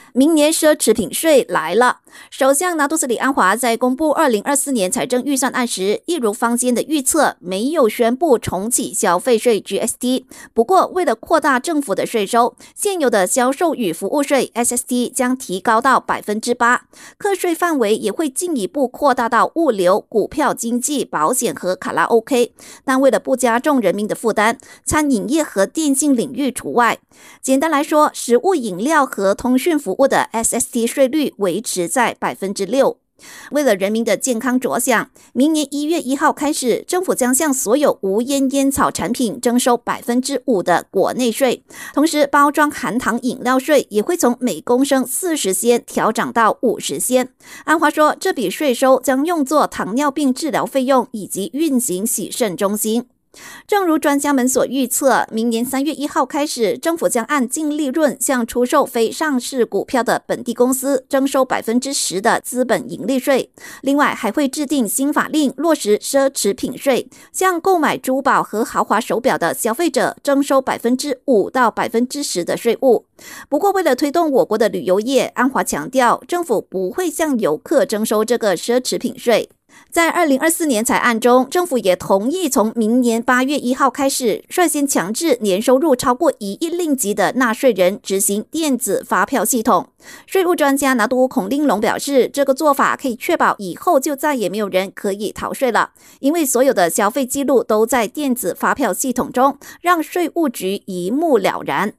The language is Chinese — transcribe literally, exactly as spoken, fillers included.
明年奢侈品税来了。首相拿督斯里安华在公布二零二四年财政预算案时，一如坊间的预测，没有宣布重启消费税 G S T。不过，为了扩大政府的税收，现有的销售与服务税 S S T 将提高到 百分之八， 课税范围也会进一步扩大到物流、股票经纪、保险和卡拉 OK。但为了不加重人民的负担，餐饮业和电信领域除外。简单来说，食物饮料和通讯服务的 S S T 税率维持在 百分之六。为了人民的健康着想，明年一月一号开始，政府将向所有无烟烟草产品征收 百分之五 的国内税，同时包装含糖饮料税也会从每公升四十仙调涨到五十仙。安华说，这笔税收将用作糖尿病治疗费用以及运行洗肾中心。正如专家们所预测，明年三月一号开始，政府将按净利润向出售非上市股票的本地公司征收 百分之十 的资本盈利税。另外，还会制定新法令落实奢侈品税，向购买珠宝和豪华手表的消费者征收 百分之五 到 百分之十 的税务。不过，为了推动我国的旅游业，安华强调，政府不会向游客征收这个奢侈品税。在二零二四年财案中，政府也同意从明年八月一号开始，率先强制年收入超过一亿令吉的纳税人执行电子发票系统。税务专家拿督孔令龙表示，这个做法可以确保以后就再也没有人可以逃税了，因为所有的消费记录都在电子发票系统中，让税务局一目了然。